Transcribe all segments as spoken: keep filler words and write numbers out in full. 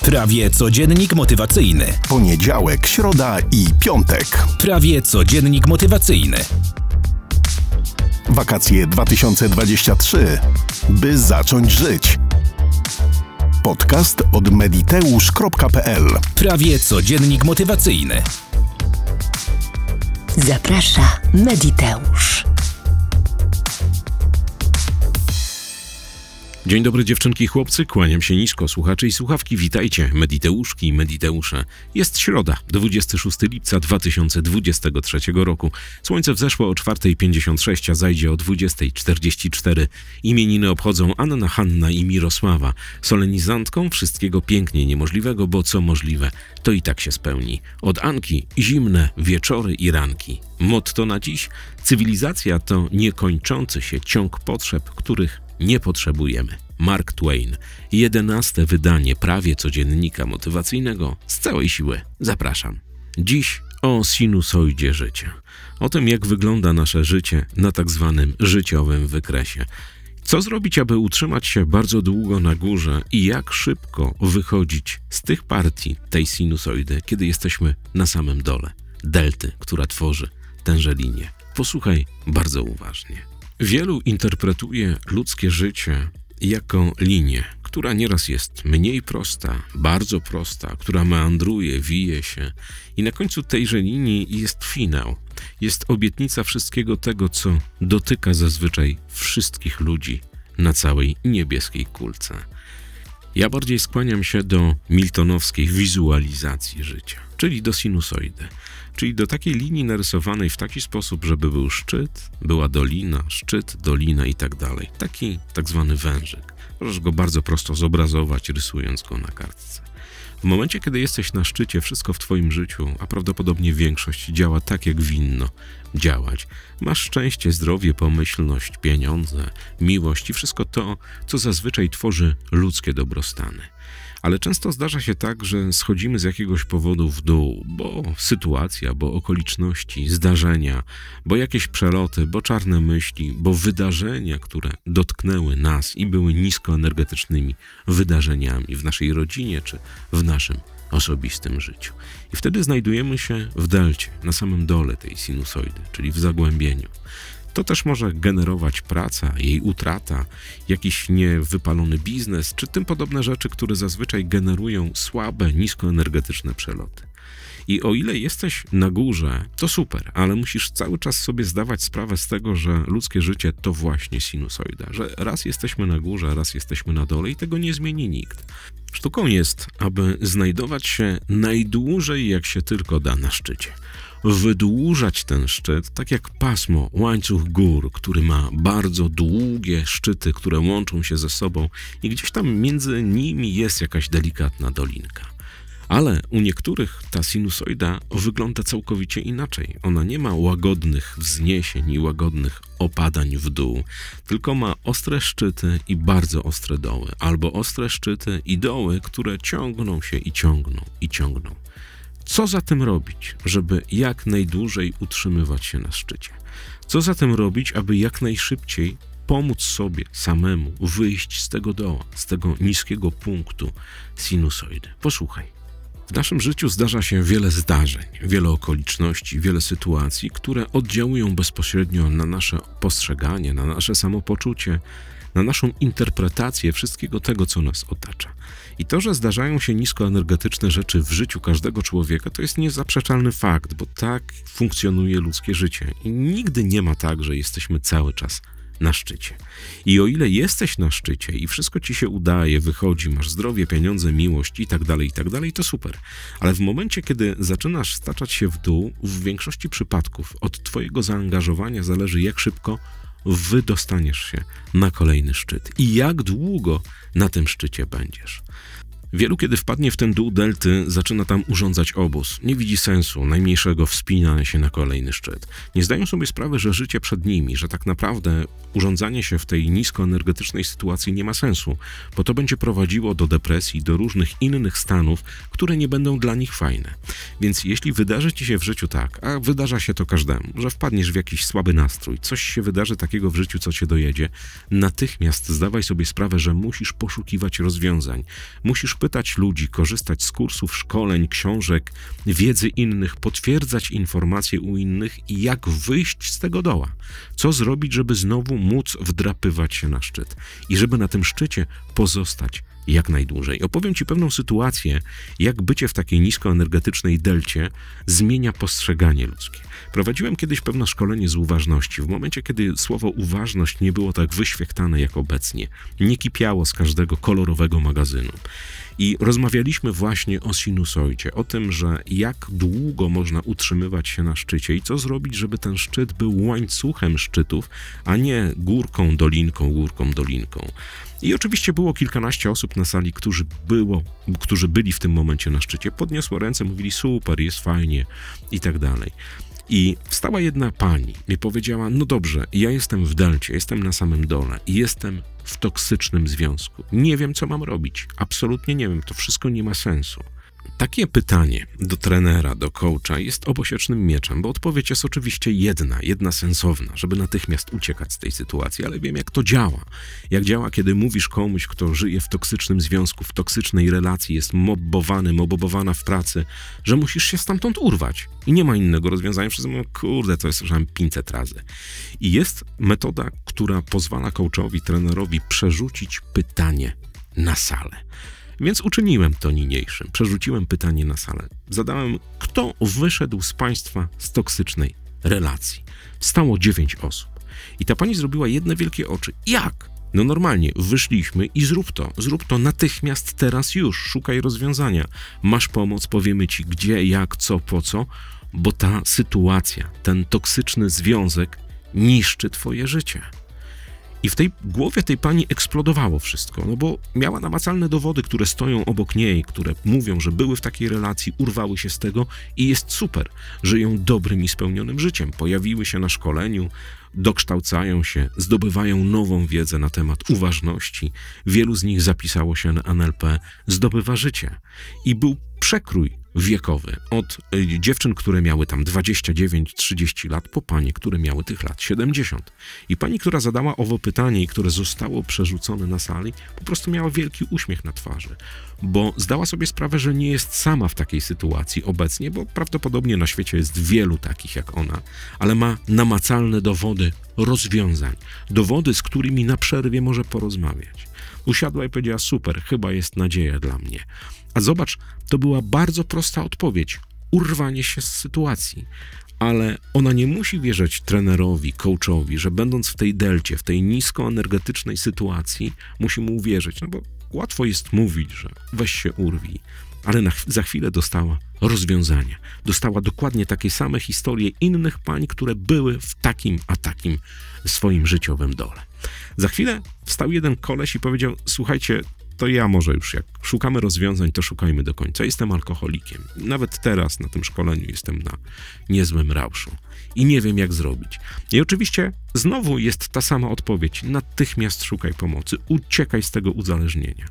Prawie codziennik motywacyjny. Poniedziałek, środa i piątek. Prawie codziennik motywacyjny. Wakacje dwa tysiące dwudziesty trzeci. By zacząć żyć. Podcast od mediteusz kropka p l. Prawie codziennik motywacyjny. Zaprasza Mediteusz. Dzień dobry dziewczynki i chłopcy, kłaniam się nisko, słuchacze i słuchawki, witajcie, Mediteuszki i Mediteusze. Jest środa, dwudziestego szóstego lipca dwa tysiące dwudziestego trzeciego roku. Słońce wzeszło o czwarta pięćdziesiąt sześć, a zajdzie o dwudziesta czterdzieści cztery. Imieniny obchodzą Anna, Hanna i Mirosława. Solenizantką wszystkiego pięknie niemożliwego, bo co możliwe, to i tak się spełni. Od Anki zimne wieczory i ranki. Motto na dziś: cywilizacja to niekończący się ciąg potrzeb, których nie potrzebujemy. Mark Twain. Jedenaste wydanie prawie codziennika motywacyjnego. Z całej siły zapraszam. Dziś o sinusoidzie życia. O tym, jak wygląda nasze życie na tak zwanym życiowym wykresie. Co zrobić, aby utrzymać się bardzo długo na górze i jak szybko wychodzić z tych partii tej sinusoidy, kiedy jesteśmy na samym dole delty, która tworzy tęże linię. Posłuchaj bardzo uważnie. Wielu interpretuje ludzkie życie jako linię, która nieraz jest mniej prosta, bardzo prosta, która meandruje, wije się i na końcu tejże linii jest finał. Jest obietnica wszystkiego tego, co dotyka zazwyczaj wszystkich ludzi na całej niebieskiej kulce. Ja bardziej skłaniam się do miltonowskiej wizualizacji życia, czyli do sinusoidy. Czyli do takiej linii narysowanej w taki sposób, żeby był szczyt, była dolina, szczyt, dolina i tak dalej. Taki tak zwany wężyk. Możesz go bardzo prosto zobrazować, rysując go na kartce. W momencie, kiedy jesteś na szczycie, wszystko w twoim życiu, a prawdopodobnie większość, działa tak, jak winno działać. Masz szczęście, zdrowie, pomyślność, pieniądze, miłość i wszystko to, co zazwyczaj tworzy ludzkie dobrostany. Ale często zdarza się tak, że schodzimy z jakiegoś powodu w dół, bo sytuacja, bo okoliczności, zdarzenia, bo jakieś przeloty, bo czarne myśli, bo wydarzenia, które dotknęły nas i były niskoenergetycznymi wydarzeniami w naszej rodzinie czy w naszym osobistym życiu. I wtedy znajdujemy się w delcie, na samym dole tej sinusoidy, czyli w zagłębieniu. To też może generować praca, jej utrata, jakiś niewypalony biznes, czy tym podobne rzeczy, które zazwyczaj generują słabe, niskoenergetyczne przeloty. I o ile jesteś na górze, to super, ale musisz cały czas sobie zdawać sprawę z tego, że ludzkie życie to właśnie sinusoida, że raz jesteśmy na górze, raz jesteśmy na dole i tego nie zmieni nikt. Sztuką jest, aby znajdować się najdłużej, jak się tylko da, na szczycie. Wydłużać ten szczyt, tak jak pasmo, łańcuch gór, który ma bardzo długie szczyty, które łączą się ze sobą i gdzieś tam między nimi jest jakaś delikatna dolinka. Ale u niektórych ta sinusoida wygląda całkowicie inaczej. Ona nie ma łagodnych wzniesień i łagodnych opadań w dół, tylko ma ostre szczyty i bardzo ostre doły, albo ostre szczyty i doły, które ciągną się i ciągną i ciągną. Co zatem robić, żeby jak najdłużej utrzymywać się na szczycie? Co zatem robić, aby jak najszybciej pomóc sobie samemu wyjść z tego doła, z tego niskiego punktu sinusoidy? Posłuchaj. W naszym życiu zdarza się wiele zdarzeń, wiele okoliczności, wiele sytuacji, które oddziałują bezpośrednio na nasze postrzeganie, na nasze samopoczucie, na naszą interpretację wszystkiego tego, co nas otacza. I to, że zdarzają się niskoenergetyczne rzeczy w życiu każdego człowieka, to jest niezaprzeczalny fakt, bo tak funkcjonuje ludzkie życie. I nigdy nie ma tak, że jesteśmy cały czas na szczycie. I o ile jesteś na szczycie i wszystko ci się udaje, wychodzi, masz zdrowie, pieniądze, miłość i tak dalej, i tak dalej, to super. Ale w momencie, kiedy zaczynasz staczać się w dół, w większości przypadków od twojego zaangażowania zależy, jak szybko wydostaniesz się na kolejny szczyt i jak długo na tym szczycie będziesz. Wielu, kiedy wpadnie w ten dół delty, zaczyna tam urządzać obóz. Nie widzi sensu najmniejszego wspinania się na kolejny szczyt. Nie zdają sobie sprawy, że życie przed nimi, że tak naprawdę urządzanie się w tej niskoenergetycznej sytuacji nie ma sensu, bo to będzie prowadziło do depresji, do różnych innych stanów, które nie będą dla nich fajne. Więc jeśli wydarzy ci się w życiu tak, a wydarza się to każdemu, że wpadniesz w jakiś słaby nastrój, coś się wydarzy takiego w życiu, co cię dojedzie, natychmiast zdawaj sobie sprawę, że musisz poszukiwać rozwiązań, musisz pytać ludzi, korzystać z kursów, szkoleń, książek, wiedzy innych, potwierdzać informacje u innych i jak wyjść z tego doła. Co zrobić, żeby znowu móc wdrapywać się na szczyt i żeby na tym szczycie pozostać jak najdłużej. Opowiem Ci pewną sytuację, jak bycie w takiej niskoenergetycznej delcie zmienia postrzeganie ludzkie. Prowadziłem kiedyś pewne szkolenie z uważności. W momencie, kiedy słowo uważność nie było tak wyświechtane jak obecnie, nie kipiało z każdego kolorowego magazynu. I rozmawialiśmy właśnie o sinusoidzie, o tym, że jak długo można utrzymywać się na szczycie i co zrobić, żeby ten szczyt był łańcuchem szczytów, a nie górką, dolinką, górką, dolinką. I oczywiście było kilkanaście osób na sali, którzy, było, którzy byli w tym momencie na szczycie. Podniosło ręce, mówili super, jest fajnie i tak dalej. I wstała jedna pani i powiedziała, no dobrze, ja jestem w delcie, jestem na samym dole i jestem w toksycznym związku. Nie wiem, co mam robić. Absolutnie nie wiem. To wszystko nie ma sensu. Takie pytanie do trenera, do coacha jest obosiecznym mieczem, bo odpowiedź jest oczywiście jedna, jedna sensowna, żeby natychmiast uciekać z tej sytuacji, ale wiem, jak to działa. Jak działa, kiedy mówisz komuś, kto żyje w toksycznym związku, w toksycznej relacji, jest mobbowany, mobbowana w pracy, że musisz się stamtąd urwać. I nie ma innego rozwiązania. Wszyscy mówią, kurde, to jest słyszałem pięćset razy. I jest metoda, która pozwala coachowi, trenerowi przerzucić pytanie na salę. Więc uczyniłem to niniejszym. Przerzuciłem pytanie na salę. Zadałem, kto wyszedł z Państwa z toksycznej relacji. Wstało dziewięć osób. I ta pani zrobiła jedne wielkie oczy. Jak? No normalnie, wyszliśmy i zrób to. Zrób to natychmiast, teraz już. Szukaj rozwiązania. Masz pomoc, powiemy Ci gdzie, jak, co, po co. Bo ta sytuacja, ten toksyczny związek niszczy Twoje życie. I w tej głowie tej pani eksplodowało wszystko, no bo miała namacalne dowody, które stoją obok niej, które mówią, że były w takiej relacji, urwały się z tego i jest super, żyją dobrym i spełnionym życiem. Pojawiły się na szkoleniu, dokształcają się, zdobywają nową wiedzę na temat uważności. Wielu z nich zapisało się na N L P, zdobywa życie. I był przekrój wiekowy od y, dziewczyn, które miały tam dwadzieścia dziewięć trzydzieści lat, po panie, które miały tych lat siedemdziesiąt. I pani, która zadała owo pytanie i które zostało przerzucone na sali, po prostu miała wielki uśmiech na twarzy, bo zdała sobie sprawę, że nie jest sama w takiej sytuacji obecnie, bo prawdopodobnie na świecie jest wielu takich jak ona, ale ma namacalne dowody rozwiązań, dowody, z którymi na przerwie może porozmawiać. Usiadła i powiedziała, super, chyba jest nadzieja dla mnie. A zobacz, to była bardzo prosta odpowiedź. Urwanie się z sytuacji. Ale ona nie musi wierzyć trenerowi, coachowi, że będąc w tej delcie, w tej niskoenergetycznej sytuacji, musi mu uwierzyć. No bo łatwo jest mówić, że weź się urwij. Ale na, za chwilę dostała rozwiązania. Dostała dokładnie takie same historie innych pań, które były w takim a takim swoim życiowym dole. Za chwilę wstał jeden koleś i powiedział, słuchajcie, to ja może już jak szukamy rozwiązań, to szukajmy do końca. Jestem alkoholikiem. Nawet teraz na tym szkoleniu jestem na niezłym rauszu. I nie wiem, jak zrobić. I oczywiście znowu jest ta sama odpowiedź. Natychmiast szukaj pomocy. Uciekaj z tego uzależnienia.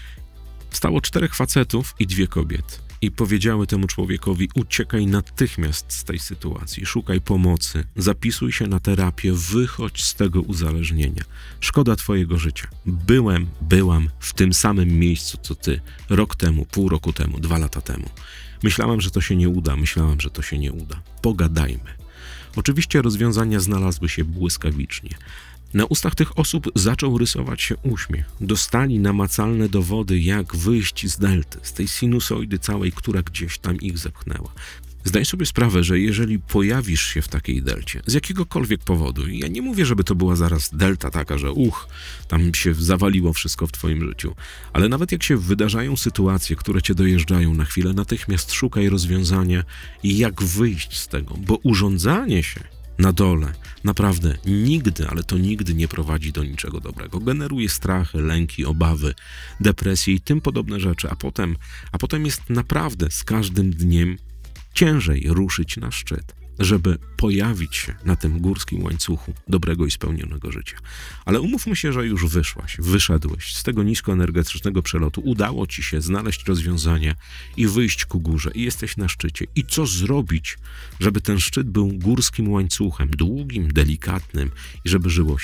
Wstało czterech facetów i dwie kobiety. I powiedziały temu człowiekowi, uciekaj natychmiast z tej sytuacji, szukaj pomocy, zapisuj się na terapię, wychodź z tego uzależnienia. Szkoda twojego życia. Byłem, byłam w tym samym miejscu, co ty, rok temu, pół roku temu, dwa lata temu. Myślałam, że to się nie uda, myślałam, że to się nie uda. Pogadajmy. Oczywiście rozwiązania znalazły się błyskawicznie. Na ustach tych osób zaczął rysować się uśmiech. Dostali namacalne dowody, jak wyjść z delty, z tej sinusoidy całej, która gdzieś tam ich zepchnęła. Zdaj sobie sprawę, że jeżeli pojawisz się w takiej delcie, z jakiegokolwiek powodu, ja nie mówię, żeby to była zaraz delta taka, że uch, tam się zawaliło wszystko w twoim życiu, ale nawet jak się wydarzają sytuacje, które cię dojeżdżają na chwilę, natychmiast szukaj rozwiązania i jak wyjść z tego, bo urządzanie się na dole naprawdę nigdy, ale to nigdy nie prowadzi do niczego dobrego. Generuje strachy, lęki, obawy, depresje i tym podobne rzeczy, a potem, a potem jest naprawdę z każdym dniem ciężej ruszyć na szczyt, żeby pojawić się na tym górskim łańcuchu dobrego i spełnionego życia. Ale umówmy się, że już wyszłaś, wyszedłeś z tego niskoenergetycznego przelotu, udało ci się znaleźć rozwiązania i wyjść ku górze i jesteś na szczycie. I co zrobić, żeby ten szczyt był górskim łańcuchem, długim, delikatnym i żeby żyło się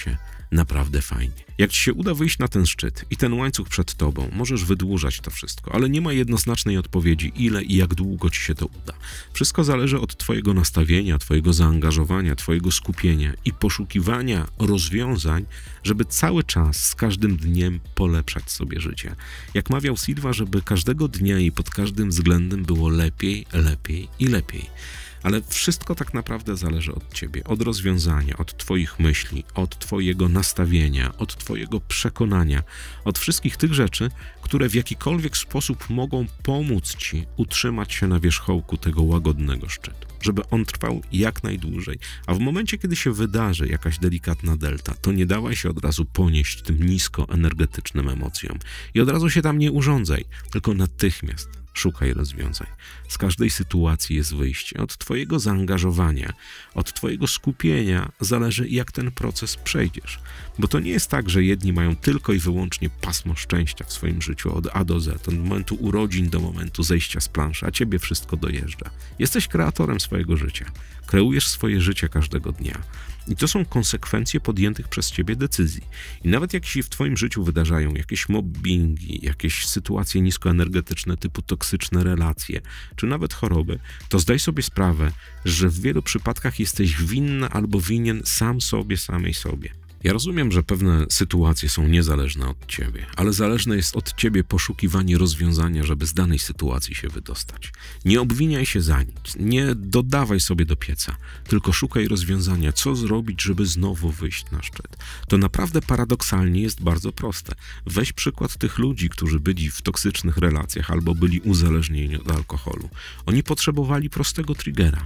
naprawdę fajnie. Jak ci się uda wyjść na ten szczyt i ten łańcuch przed tobą, możesz wydłużać to wszystko, ale nie ma jednoznacznej odpowiedzi, ile i jak długo ci się to uda. Wszystko zależy od twojego nastawienia, twojego zaangażowania, twojego skupienia i poszukiwania rozwiązań, żeby cały czas, z każdym dniem polepszać sobie życie. Jak mawiał Silva, żeby każdego dnia i pod każdym względem było lepiej, lepiej i lepiej. Ale wszystko tak naprawdę zależy od ciebie, od rozwiązania, od twoich myśli, od twojego nastawienia, od twojego przekonania, od wszystkich tych rzeczy, które w jakikolwiek sposób mogą pomóc ci utrzymać się na wierzchołku tego łagodnego szczytu, żeby on trwał jak najdłużej. A w momencie, kiedy się wydarzy jakaś delikatna delta, to nie dawaj się od razu ponieść tym niskoenergetycznym emocjom i od razu się tam nie urządzaj, tylko natychmiast szukaj rozwiązań. Z każdej sytuacji jest wyjście. Od twojego zaangażowania, od twojego skupienia zależy, jak ten proces przejdziesz. Bo to nie jest tak, że jedni mają tylko i wyłącznie pasmo szczęścia w swoim życiu od A do Z, od momentu urodzin do momentu zejścia z planszy, a ciebie wszystko dojeżdża. Jesteś kreatorem swojego życia. Kreujesz swoje życie każdego dnia. I to są konsekwencje podjętych przez ciebie decyzji. I nawet jak się w twoim życiu wydarzają jakieś mobbingi, jakieś sytuacje niskoenergetyczne typu toksyczne relacje, czy nawet choroby, to zdaj sobie sprawę, że w wielu przypadkach jesteś winna albo winien sam sobie, samej sobie. Ja rozumiem, że pewne sytuacje są niezależne od ciebie, ale zależne jest od ciebie poszukiwanie rozwiązania, żeby z danej sytuacji się wydostać. Nie obwiniaj się za nic, nie dodawaj sobie do pieca, tylko szukaj rozwiązania, co zrobić, żeby znowu wyjść na szczyt. To naprawdę paradoksalnie jest bardzo proste. Weź przykład tych ludzi, którzy byli w toksycznych relacjach albo byli uzależnieni od alkoholu. Oni potrzebowali prostego triggera.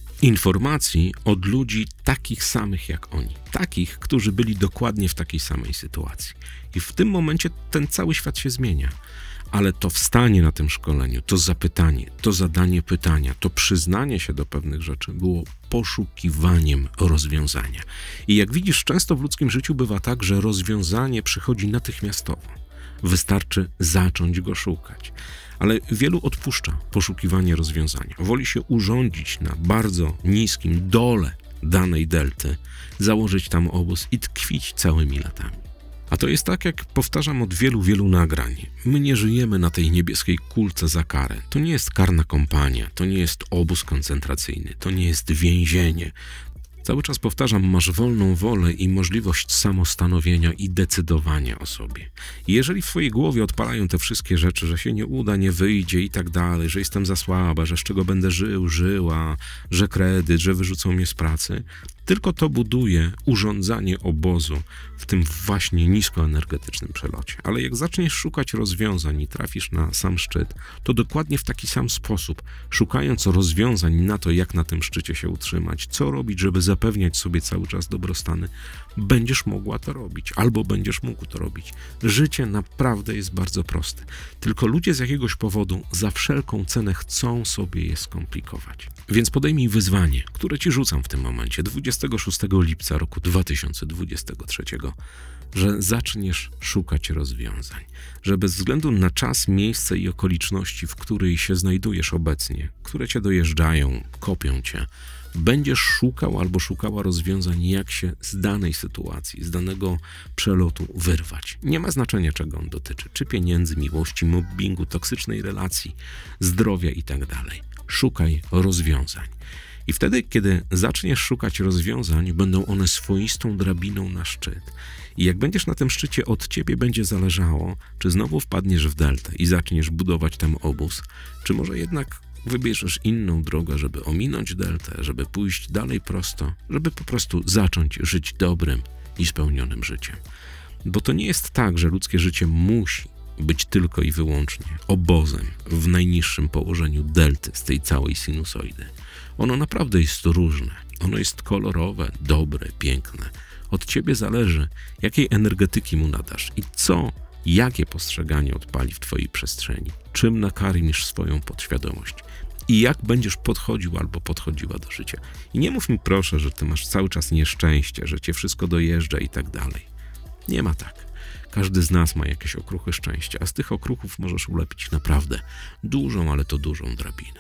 Informacji od ludzi takich samych jak oni. Takich, którzy byli dokładnie w takiej samej sytuacji. I w tym momencie ten cały świat się zmienia. Ale to wstanie na tym szkoleniu, to zapytanie, to zadanie pytania, to przyznanie się do pewnych rzeczy było poszukiwaniem rozwiązania. I jak widzisz, często w ludzkim życiu bywa tak, że rozwiązanie przychodzi natychmiastowo. Wystarczy zacząć go szukać. Ale wielu odpuszcza poszukiwanie rozwiązania. Woli się urządzić na bardzo niskim dole danej delty, założyć tam obóz i tkwić całymi latami. A to jest tak, jak powtarzam od wielu, wielu nagrań. My nie żyjemy na tej niebieskiej kulce za karę. To nie jest karna kompania, to nie jest obóz koncentracyjny, to nie jest więzienie. Cały czas powtarzam, masz wolną wolę i możliwość samostanowienia i decydowania o sobie. I jeżeli w twojej głowie odpalają te wszystkie rzeczy, że się nie uda, nie wyjdzie i tak dalej, że jestem za słaba, że z czego będę żył, żyła, że kredyt, że wyrzucą mnie z pracy, tylko to buduje urządzanie obozu w tym właśnie niskoenergetycznym przelocie. Ale jak zaczniesz szukać rozwiązań i trafisz na sam szczyt, to dokładnie w taki sam sposób, szukając rozwiązań na to, jak na tym szczycie się utrzymać, co robić, żeby zapewniać sobie cały czas dobrostany, będziesz mogła to robić, albo będziesz mógł to robić. Życie naprawdę jest bardzo proste. Tylko ludzie z jakiegoś powodu za wszelką cenę chcą sobie je skomplikować. Więc podejmij wyzwanie, które ci rzucam w tym momencie, dwudziestego szóstego lipca roku dwa tysiące dwudziestego trzeciego, że zaczniesz szukać rozwiązań, że bez względu na czas, miejsce i okoliczności, w której się znajdujesz obecnie, które cię dojeżdżają, kopią cię, będziesz szukał albo szukała rozwiązań, jak się z danej sytuacji, z danego przelotu wyrwać. Nie ma znaczenia, czego on dotyczy, czy pieniędzy, miłości, mobbingu, toksycznej relacji, zdrowia itd. Szukaj rozwiązań. I wtedy, kiedy zaczniesz szukać rozwiązań, będą one swoistą drabiną na szczyt. I jak będziesz na tym szczycie, od ciebie będzie zależało, czy znowu wpadniesz w deltę i zaczniesz budować tam obóz, czy może jednak wybierzesz inną drogę, żeby ominąć deltę, żeby pójść dalej prosto, żeby po prostu zacząć żyć dobrym i spełnionym życiem. Bo to nie jest tak, że ludzkie życie musi być tylko i wyłącznie obozem w najniższym położeniu delty z tej całej sinusoidy. Ono naprawdę jest różne. Ono jest kolorowe, dobre, piękne. Od ciebie zależy, jakiej energetyki mu nadasz i co, jakie postrzeganie odpali w twojej przestrzeni, czym nakarmisz swoją podświadomość i jak będziesz podchodził albo podchodziła do życia. I nie mów mi proszę, że ty masz cały czas nieszczęście, że cię wszystko dojeżdża i tak dalej. Nie ma tak. Każdy z nas ma jakieś okruchy szczęścia, a z tych okruchów możesz ulepić naprawdę dużą, ale to dużą drabinę.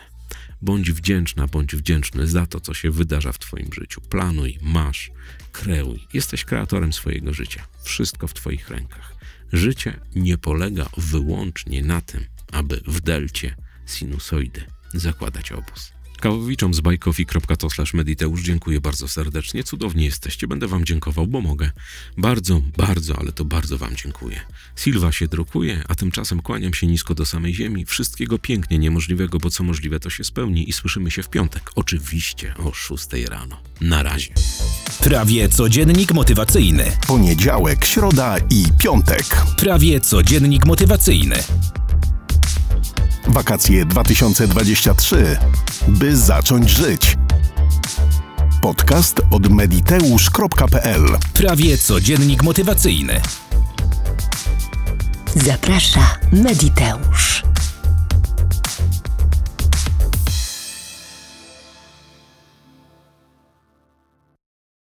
Bądź wdzięczna, bądź wdzięczny za to, co się wydarza w twoim życiu. Planuj, masz, kreuj. Jesteś kreatorem swojego życia. Wszystko w twoich rękach. Życie nie polega wyłącznie na tym, aby w delcie sinusoidy zakładać obóz. Kawowiczom z bajkofi kropka to slash mediteusz dziękuję bardzo serdecznie. Cudownie jesteście. Będę wam dziękował, bo mogę. Bardzo, bardzo, ale to bardzo wam dziękuję. Silva się drukuje, a tymczasem kłaniam się nisko do samej ziemi. Wszystkiego pięknie niemożliwego, bo co możliwe to się spełni i słyszymy się w piątek. Oczywiście o szóstej rano. Na razie. Prawie codziennik motywacyjny. Poniedziałek, środa i piątek. Prawie codziennik motywacyjny. Wakacje dwa tysiące dwudziesty trzeci. By zacząć żyć. Podcast od mediteusz kropka p l. Prawie codziennik motywacyjny. Zaprasza Mediteusz.